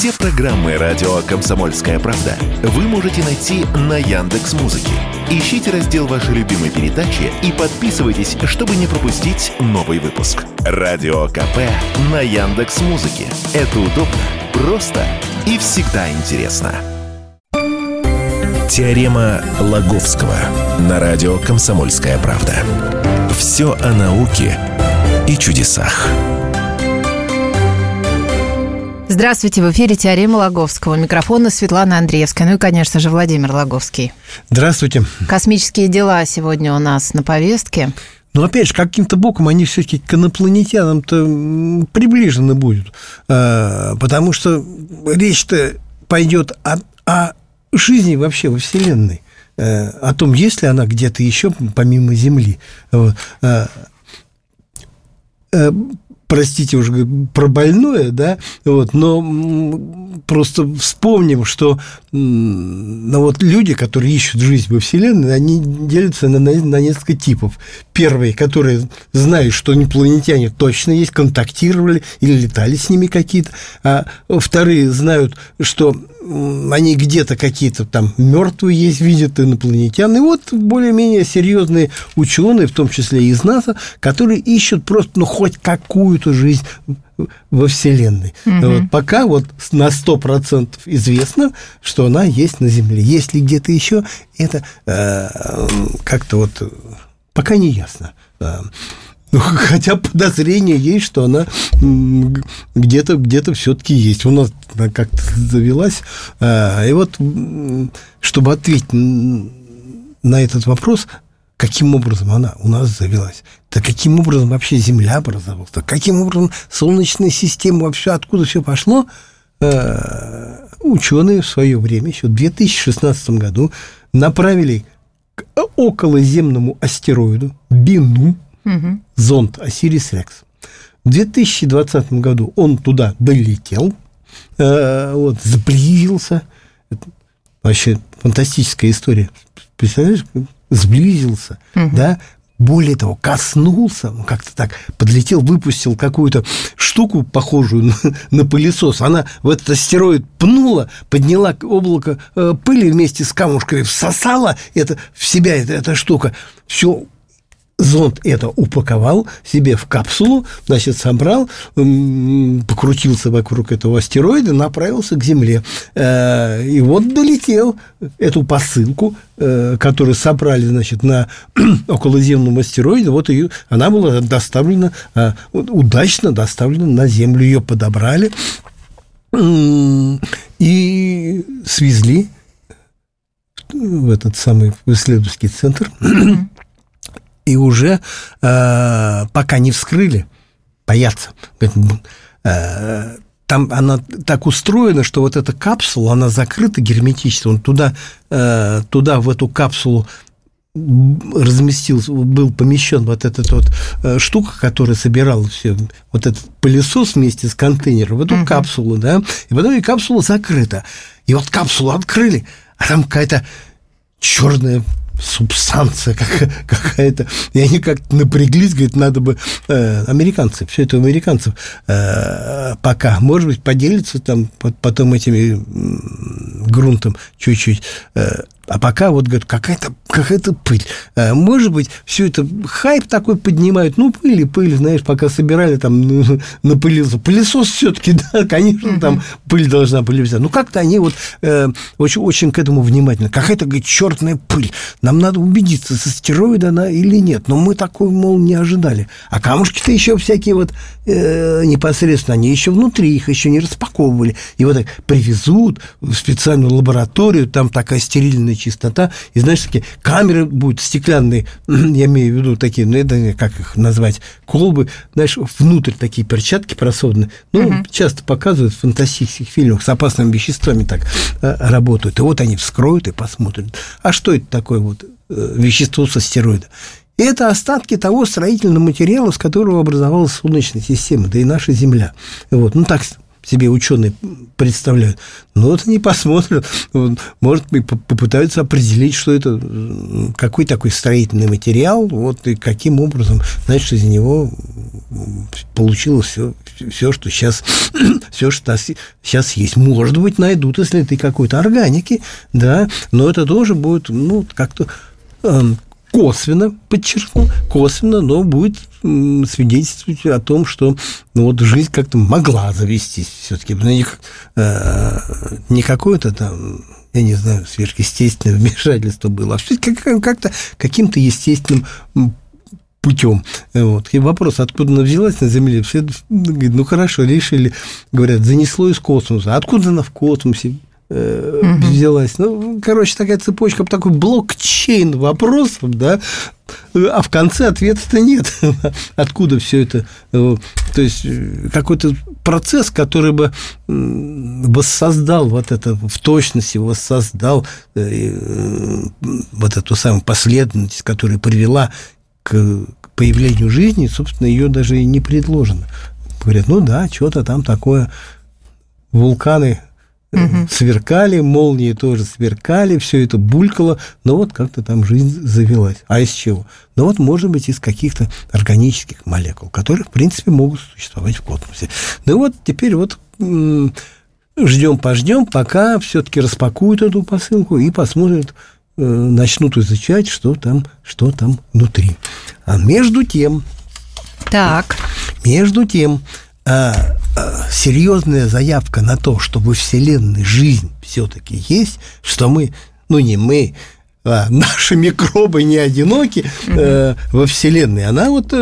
Все программы радио «Комсомольская правда» вы можете найти на Яндекс.Музыке. Ищите раздел вашей любимой передачи и подписывайтесь, чтобы не пропустить новый выпуск. Радио КП на Яндекс.Музыке. Это удобно, просто и всегда интересно. Теорема Лаговского на радио «Комсомольская правда». Все о науке и чудесах. Здравствуйте, в эфире «Теорема Лаговского». Микрофон Светлана Андреевская. Ну и, конечно же, Владимир Лаговский. Здравствуйте. Космические дела сегодня у нас на повестке. Но опять же, каким-то боком они все-таки к инопланетянам-то приближены будут. Потому что речь-то пойдет о жизни вообще во Вселенной. О том, есть ли она где-то еще помимо Земли. Вот. Простите уже про больное, да, вот, но просто вспомним, что вот люди, которые ищут жизнь во Вселенной, они делятся на несколько типов. Первые, которые знают, что инопланетяне точно есть, контактировали или летали с ними какие-то, а вторые знают, что они где-то какие-то там мертвые есть, видят инопланетян. И вот более-менее серьезные ученые, в том числе и из НАСА, которые ищут просто хоть какую-то жизнь во Вселенной. Вот, пока вот на 100% известно, что она есть на Земле. Есть ли где-то еще, это как-то вот пока не ясно. Хотя подозрение есть, что она где-то все-таки есть. У нас она как-то завелась. И вот, чтобы ответить на этот вопрос, каким образом она у нас завелась, да каким образом вообще Земля образовалась, да каким образом Солнечная система вообще, откуда все пошло, ученые в свое время, еще в 2016 году, направили к околоземному астероиду Бенну зонд Осирис-Рекс. В 2020 году он туда долетел, сблизился. Это вообще фантастическая история. Представляешь, сблизился, да? Более того, коснулся, как-то так подлетел, выпустил какую-то штуку, похожую на пылесос. Она в этот астероид пнула, подняла облако пыли вместе с камушками, всосала это в себя, эта штука. Все. Зонд это упаковал себе в капсулу, значит, собрал, покрутился вокруг этого астероида, направился к Земле. И вот долетел эту посылку, которую собрали, значит, на околоземном астероиде. Вот ее, она была доставлена, удачно доставлена на Землю. Ее подобрали и свезли в этот самый исследовательский центр. И уже пока не вскрыли, боятся. Там она так устроена, что вот эта капсула, она закрыта герметично. Он туда в эту капсулу разместился, был помещен вот эта вот штука, которая собирала все, вот этот пылесос вместе с контейнером в эту капсулу, да, и потом и капсула закрыта. И вот капсулу открыли, а там какая-то черная субстанция какая-то, и они как-то напряглись, говорят, надо бы американцы, все это у американцев пока, может быть, поделятся там потом этими грунтом чуть-чуть, а пока вот, говорят, какая-то пыль. Может быть, все это хайп такой поднимают, пыль, знаешь, пока собирали, там напылился. Пылесос все-таки, да, конечно, там пыль должна пылиться. Как-то они вот очень, очень к этому внимательны. Какая-то, говорит, черная пыль. Нам надо убедиться, с астероида она или нет. Но мы такой, мол, не ожидали. А камушки-то еще всякие вот непосредственно, они еще внутри, их еще не распаковывали. И вот так привезут в специальную лабораторию, там такая стерильная чистота, и, знаешь, такие камеры будут стеклянные, я имею в виду такие, это, как их назвать, колбы, знаешь, внутрь такие перчатки просованы, часто показывают в фантастических фильмах, с опасными веществами так работают, и вот они вскроют и посмотрят, а что это такое вот вещество с астероида? И это остатки того строительного материала, с которого образовалась Солнечная система, да и наша Земля. Вот, так себе ученые представляют. Но вот они посмотрят, может быть, попытаются определить, что это, какой такой строительный материал, вот, и каким образом, значит, из него получилось все, что сейчас есть. Может быть, найдут, если ты какой-то органики, да, но это тоже будет, как-то косвенно, подчеркну, но будет свидетельствовать о том, что жизнь как-то могла завестись все-таки. Не какое-то там, я не знаю, сверхъестественное вмешательство было, а все-таки как-то каким-то естественным путем. Вот. И вопрос, откуда она взялась на Земле, все говорят, хорошо, решили, говорят, занесло из космоса. Откуда она в космосе взялась? Такая цепочка, такой блокчейн вопросов, да, а в конце ответа-то нет. Откуда все это? То есть какой-то процесс, который бы воссоздал вот это, в точности воссоздал вот эту самую последовательность, которая привела к появлению жизни, собственно, ее даже и не предложено. Говорят, что-то там такое, вулканы сверкали, молнии тоже сверкали, все это булькало, но вот как-то там жизнь завелась. А из чего? Может быть, из каких-то органических молекул, которые, в принципе, могут существовать в космосе. Теперь ждем, пока все-таки распакуют эту посылку и посмотрят, начнут изучать, что там внутри. А между тем, серьезная заявка на то, что во Вселенной жизнь все-таки есть, что мы, не мы, а наши микробы не одиноки во Вселенной, она вот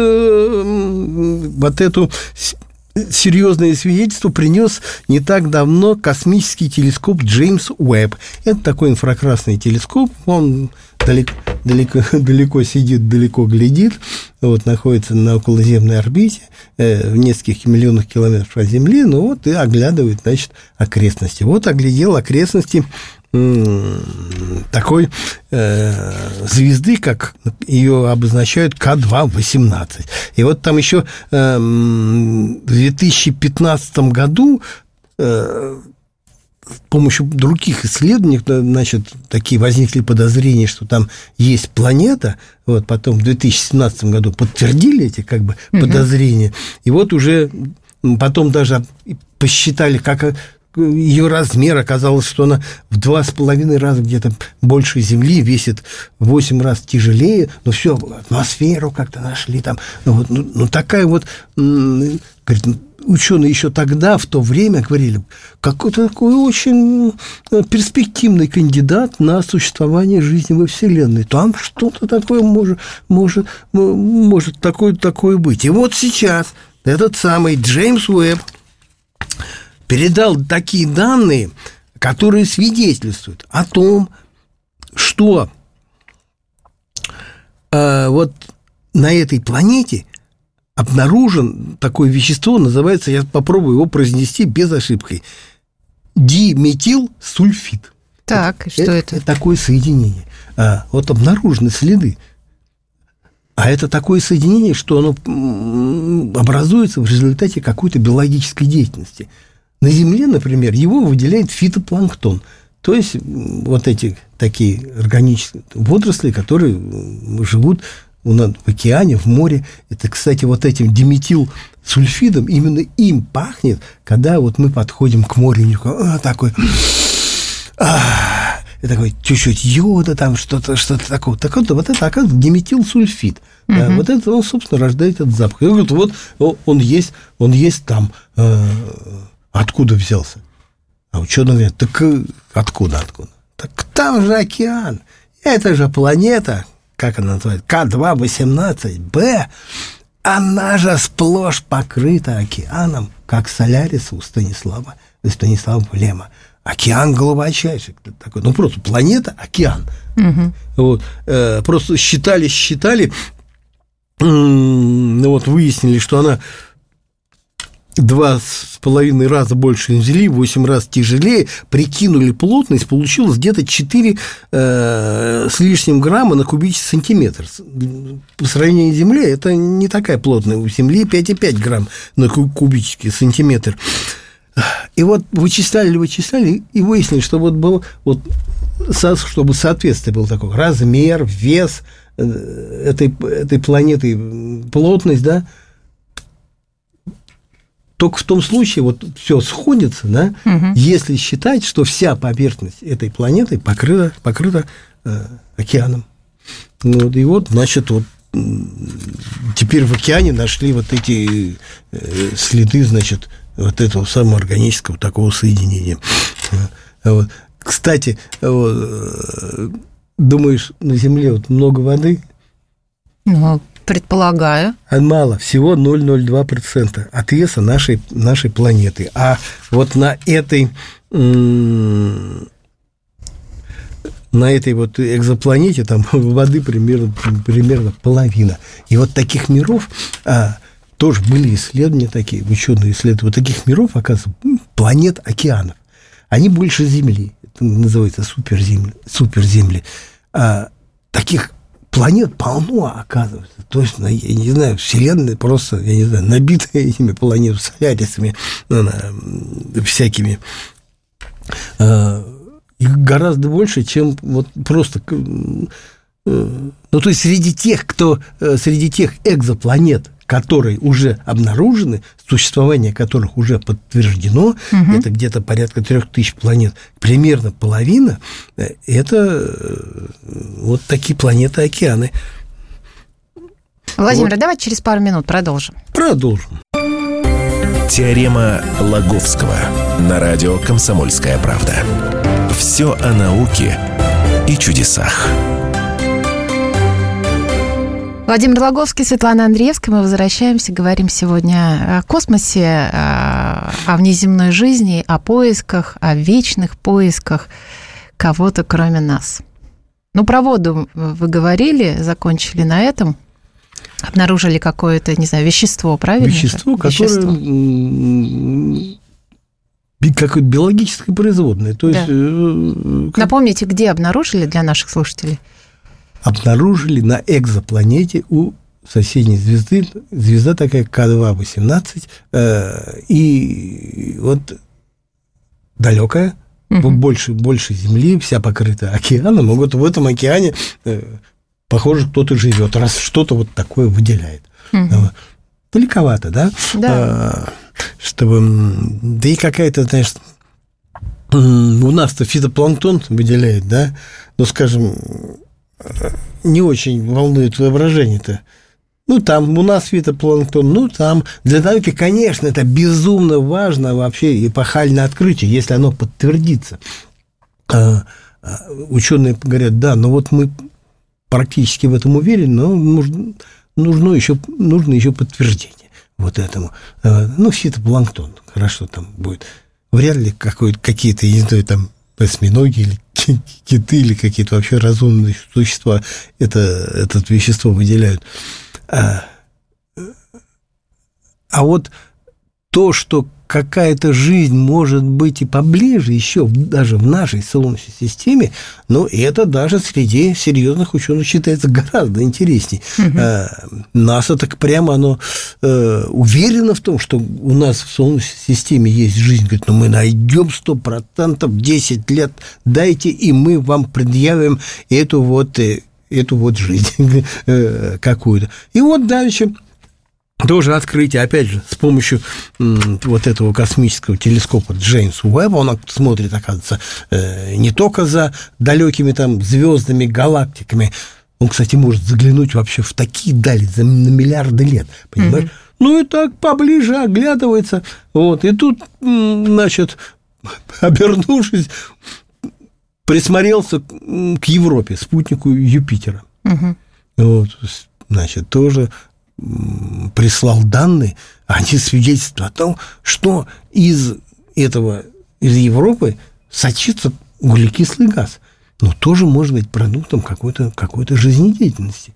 эту серьезное свидетельство принес не так давно космический телескоп Джеймс Уэбб. Это такой инфракрасный телескоп, он далеко сидит, далеко глядит, находится на околоземной орбите, в нескольких миллионах километров от Земли, и оглядывает, значит, окрестности. Оглядел окрестности такой звезды, как ее обозначают, К2-18. И там еще в 2015 году с помощью других исследований, значит, такие возникли подозрения, что там есть планета. Потом в 2017 году подтвердили эти подозрения. И уже потом даже посчитали, как ее размер, оказалось, что она в 2,5 раза где-то больше Земли, весит в 8 раз тяжелее, но все, атмосферу как-то нашли там. Такая говорит, ученые еще тогда, в то время, говорили, какой-то такой очень перспективный кандидат на существование жизни во Вселенной. Там что-то такое может такое быть. И сейчас этот самый Джеймс Уэбб передал такие данные, которые свидетельствуют о том, что на этой планете обнаружен такое вещество, называется, я попробую его произнести без ошибки, диметилсульфид. Так, и что это? Это такое соединение. Обнаружены следы. А это такое соединение, что оно образуется в результате какой-то биологической деятельности. На Земле, например, его выделяет фитопланктон, то есть эти такие органические водоросли, которые живут в океане, в море. Это, кстати, этим диметилсульфидом, именно им пахнет, когда мы подходим к морю, и такой чуть-чуть йода, там что-то такое. Так это, оказывается, диметилсульфид. Да, это он, собственно, рождает этот запах. И он говорит, он есть там. Откуда взялся? А ученые говорят, так откуда? Так там же океан. Это же планета, как она называется, К2-18b. Она же сплошь покрыта океаном, как Солярис у Станислава Лема. Океан глубочайший. Такой, просто планета, океан. Просто считали, выяснили, что она 2,5 раза больше Земли, 8 раз тяжелее, прикинули плотность, получилось где-то 4 с лишним грамма на кубический сантиметр. По сравнению с Землей это не такая плотная. У Земли 5,5 грамм на кубический сантиметр. И вот вычисляли, и выяснили, что вот был, вот, чтобы соответствие было такое, размер, вес этой планеты, плотность, да, только в том случае вот все сходится, да, если считать, что вся поверхность этой планеты покрыта океаном. Вот, и вот, значит, вот теперь в океане нашли вот эти следы, значит, вот этого самого органического такого соединения. Вот. Кстати, вот, думаешь, на Земле вот много воды? Ну, предполагаю. Мало, всего 0,02% от веса нашей планеты. А вот на этой вот экзопланете там воды примерно половина. И вот таких миров тоже были исследования такие, ученые исследовали. Вот таких миров, оказывается, планет океанов. Они больше Земли. Это называется суперземли. Таких планет полно, оказывается. То есть, я не знаю, Вселенная просто, я не знаю, набита этими планетами, солярисами, всякими. Их гораздо больше, чем вот просто... Ну, то есть, среди тех экзопланет, которые уже обнаружены, существование которых уже подтверждено, это где-то порядка 3000 планет, примерно половина, это вот такие планеты-океаны. Владимир, вот. Давайте через пару минут продолжим. Продолжим. Теорема Лаговского на радио «Комсомольская правда». Все о науке и чудесах. Владимир Лаговский, Светлана Андреевская. Мы возвращаемся, говорим сегодня о космосе, о внеземной жизни, о поисках, о вечных поисках кого-то, кроме нас. Ну, про воду вы говорили, закончили на этом. Обнаружили какое-то, не знаю, вещество, правильно? Вещество, которое какое-то биологическое производное. То есть, Напомните, где обнаружили для наших слушателей? Обнаружили на экзопланете у соседней звезды, звезда такая К2-18, и вот далекая, больше Земли, вся покрыта океаном, и вот в этом океане, похоже, кто-то живет, раз что-то вот такое выделяет. Далековато, да? Да. Чтобы... Да и какая-то, знаешь, у нас-то фитопланктон выделяет, да? Ну, скажем... не очень волнует воображение-то. Ну, там у нас фитопланктон, ну, там. Для науки, конечно, это безумно важно вообще эпохальное открытие, если оно подтвердится. Ученые говорят, да, но вот мы практически в этом уверены, но нужно еще подтверждение вот этому. Ну, фитопланктон, хорошо там будет. Вряд ли какие-то, я не знаю, там, осьминоги или киты или какие-то вообще разумные существа это вещество выделяют. А вот то, что какая-то жизнь может быть и поближе еще даже в нашей Солнечной системе, но это даже среди серьезных ученых считается гораздо интересней. НАСА так прямо оно уверено в том, что у нас в Солнечной системе есть жизнь. Говорит, ну мы найдем 100%, 10 лет дайте, и мы вам предъявим эту вот жизнь какую-то. И вот дальше... Тоже открытие, опять же, с помощью вот этого космического телескопа Джеймс Уэбб, он смотрит, оказывается, не только за далекими там звездами, галактиками, он, кстати, может заглянуть вообще в такие дали на миллиарды лет, понимаешь? Ну и так поближе оглядывается, вот, и тут, значит, обернувшись, присмотрелся к Европе, спутнику Юпитера. Вот, значит, тоже... прислал данные, они свидетельствуют о том, что из Европы сочится углекислый газ. Но тоже может быть продуктом какой-то жизнедеятельности.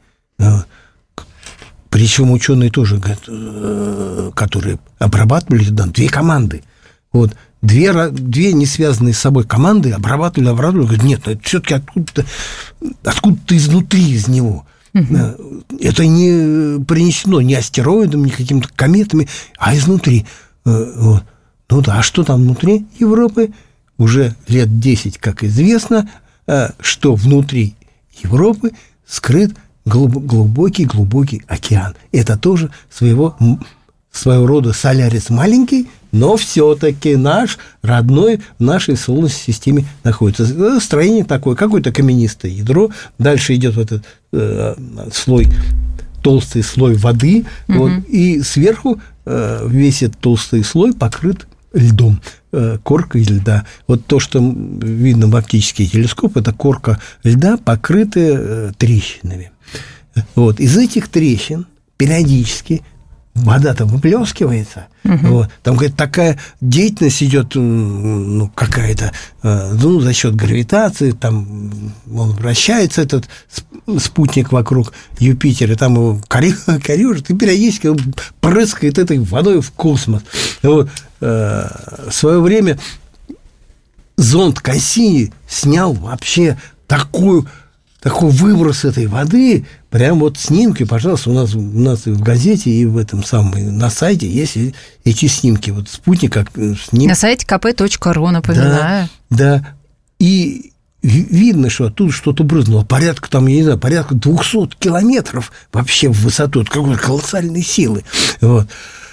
Причем ученые тоже, которые обрабатывали данные, две команды. Вот, две не связанные с собой команды обрабатывали, говорят, нет, это все-таки откуда-то изнутри из него. Это не принесено ни астероидом, ни какими-то кометами, а изнутри. Вот. Ну да, а что там внутри Европы? Уже лет 10, как известно, что внутри Европы скрыт глубокий океан. Это тоже своего рода Солярис маленький, но все-таки наш родной в нашей Солнечной системе находится. Строение такое, какое-то каменистое ядро. Дальше идет вот этот слой, толстый слой воды, вот, и сверху весь этот толстый слой покрыт льдом, коркой льда. Вот то, что видно в оптический телескоп, это корка льда, покрытая трещинами. Вот. Из этих трещин периодически вода-то выплескивается. Вот. Там какая-то такая деятельность идет, ну, какая-то, ну, за счет гравитации, там он вращается, этот спутник вокруг Юпитера, там его корёжит, и периодически он прыскает этой водой в космос. Вот. В свое время зонд Кассини снял вообще такой выброс этой воды, прям вот снимки, пожалуйста, у нас и в газете, и в этом самом, на сайте есть эти снимки. Вот спутник, как снимки. На сайте kp.ru, напоминаю. Да. И видно, что оттуда что-то брызнуло. Порядка 200 километров вообще в высоту. Какой-то колоссальной силы. Вот.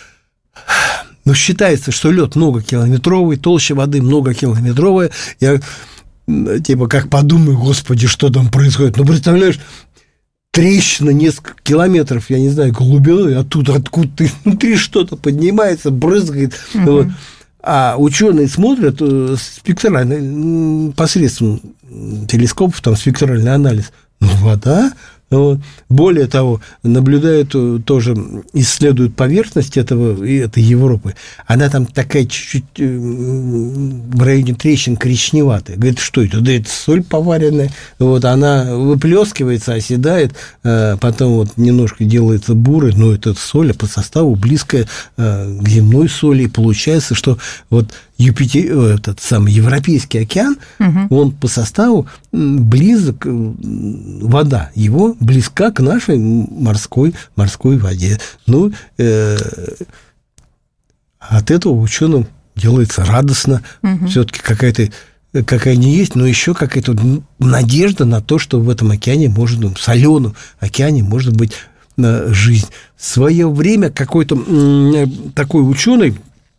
Но считается, что лед многокилометровый, толща воды многокилометровая. Я типа как подумаю, господи, что там происходит. Ну, представляешь, трещина несколько километров, я не знаю, глубиной, оттуда откуда-то изнутри что-то поднимается, брызгает. Вот. А ученые смотрят спектрально, посредством телескопов, там спектральный анализ. Ну, вода. Вот. Более того, наблюдают тоже, исследуют поверхность этой Европы. Она там такая чуть-чуть в районе трещин коричневатая. Говорит, что это? Да это соль поваренная. Вот, она выплескивается, оседает, потом вот немножко делается бурой, но это соль по составу близкая к земной соли. И получается, что вот этот самый Европейский океан, он по составу близок, вода его близка к нашей морской воде. Ну, от этого ученым делается радостно. Все-таки какая не есть, но еще какая-то надежда на то, что в этом океане в соленом океане может быть жизнь. В свое время какой-то такой ученый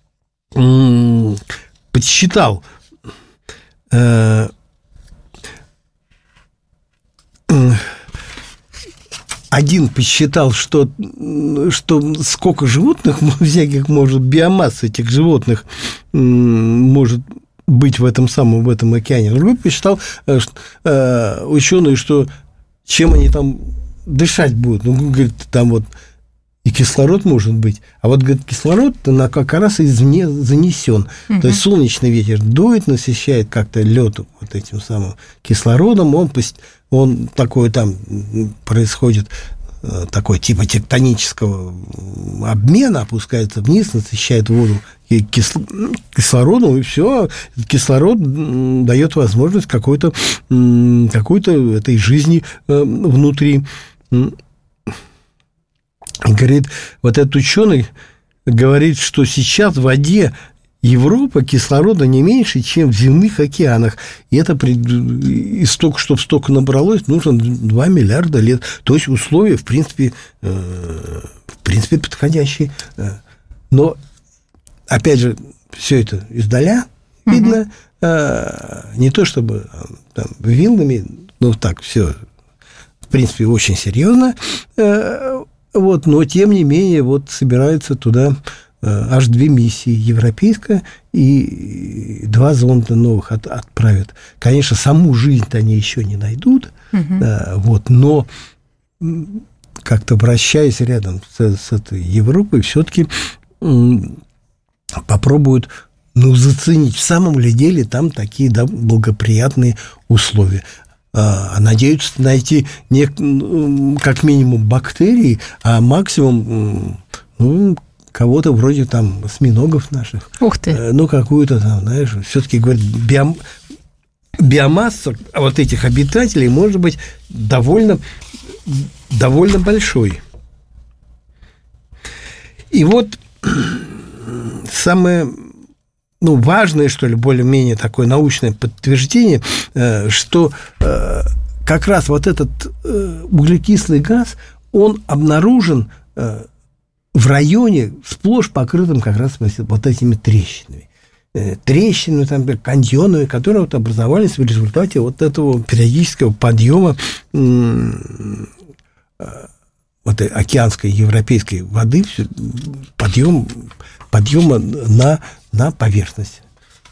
подсчитал один посчитал, что сколько животных всяких может, биомасса этих животных может быть в этом океане. Другой посчитал ученые, что чем они там дышать будут. Ну, говорит, там вот и кислород может быть. А вот, говорит, кислород как раз извне занесен. То есть солнечный ветер дует, насыщает как-то лед вот этим самым кислородом. Он такой там происходит, такой типа тектонического обмена, опускается вниз, насыщает воду кислородом, и все. Кислород дает возможность какой-то этой жизни внутри. Говорит, вот этот ученый говорит, что сейчас в воде Европы кислорода не меньше, чем в земных океанах. И это чтобы столько набралось, нужно 2 миллиарда лет. То есть условия, в принципе подходящие. Но, опять же, все это издаля видно. Не то чтобы там, вилами, но так, все, в принципе, очень серьезно. Вот, но, тем не менее, вот собираются туда аж 2 миссии, европейская и 2 зонда новых отправят. Конечно, саму жизнь-то они еще не найдут, вот, но как-то вращаясь рядом с этой Европой, все-таки попробуют заценить, в самом ли деле там такие благоприятные условия. Надеются найти как минимум бактерии, а максимум кого-то вроде там осьминогов наших. Ух ты! Какую-то там, знаешь, все-таки, говорят, биомасса вот этих обитателей может быть довольно большой. И вот самое важное, что ли, более-менее такое научное подтверждение, что как раз вот этот углекислый газ, он обнаружен в районе, сплошь покрытым как раз вот этими трещинами. Трещины, там, каньоны, которые вот образовались в результате вот этого периодического подъема вот океанской европейской воды, подъема на поверхность.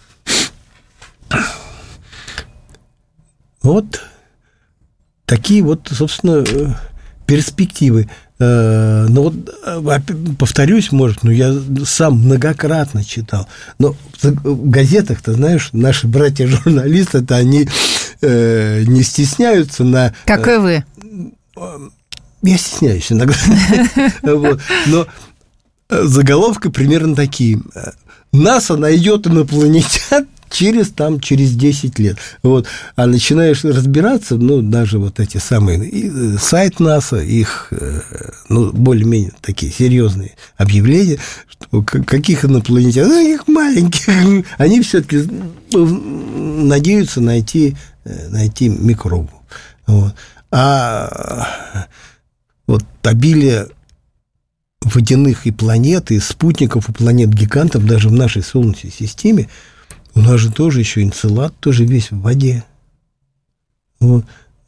Вот такие вот, собственно, перспективы. Но вот, повторюсь, может, я сам многократно читал, но в газетах, ты знаешь, наши братья-журналисты-то они не стесняются на... Как и вы. Я стесняюсь иногда. Но заголовки примерно такие. НАСА найдет инопланетян через 10 лет. Вот. А начинаешь разбираться, даже вот эти самые сайт НАСА, их, более-менее такие серьезные объявления, что каких инопланетян, их маленьких, они все-таки надеются найти микробу. Вот. А вот обилие водяных и планет, и спутников, и планет-гигантов даже в нашей Солнечной системе, у нас же тоже еще Энцелад, тоже весь в воде. Вот.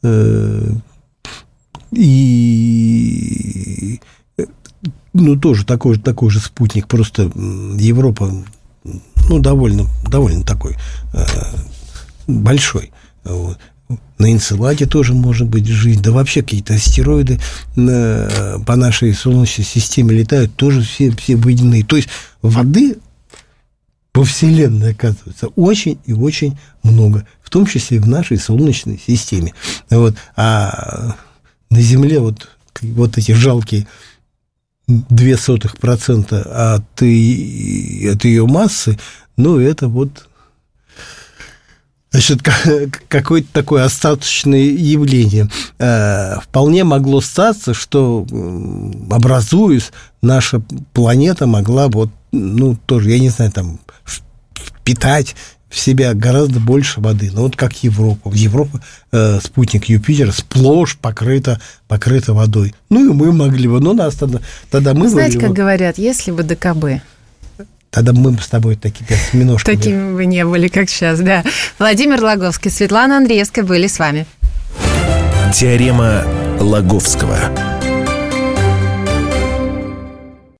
И тоже такой же спутник, просто Европа, довольно такой большой. Вот. На Энцеладе тоже может быть жизнь. Да вообще какие-то астероиды по нашей Солнечной системе летают, тоже все водяные. То есть воды во Вселенной, оказывается, очень и очень много, в том числе и в нашей Солнечной системе. Вот. А на Земле вот эти жалкие 0,02% от ее массы, это вот, значит, какое-то такое остаточное явление. Вполне могло статься, что, образуясь, наша планета могла тоже, я не знаю, впитать в себя гораздо больше воды. Вот как Европа. Европа, спутник Юпитера, сплошь покрыта водой. И мы могли бы, но нас тогда мы... Знаете, как говорят, если бы ДКБ... Тогда мы с тобой такими осьминожками. Такими бы не были, как сейчас, да. Владимир Логовский, Светлана Андреевская были с вами. Теорема Лаговского.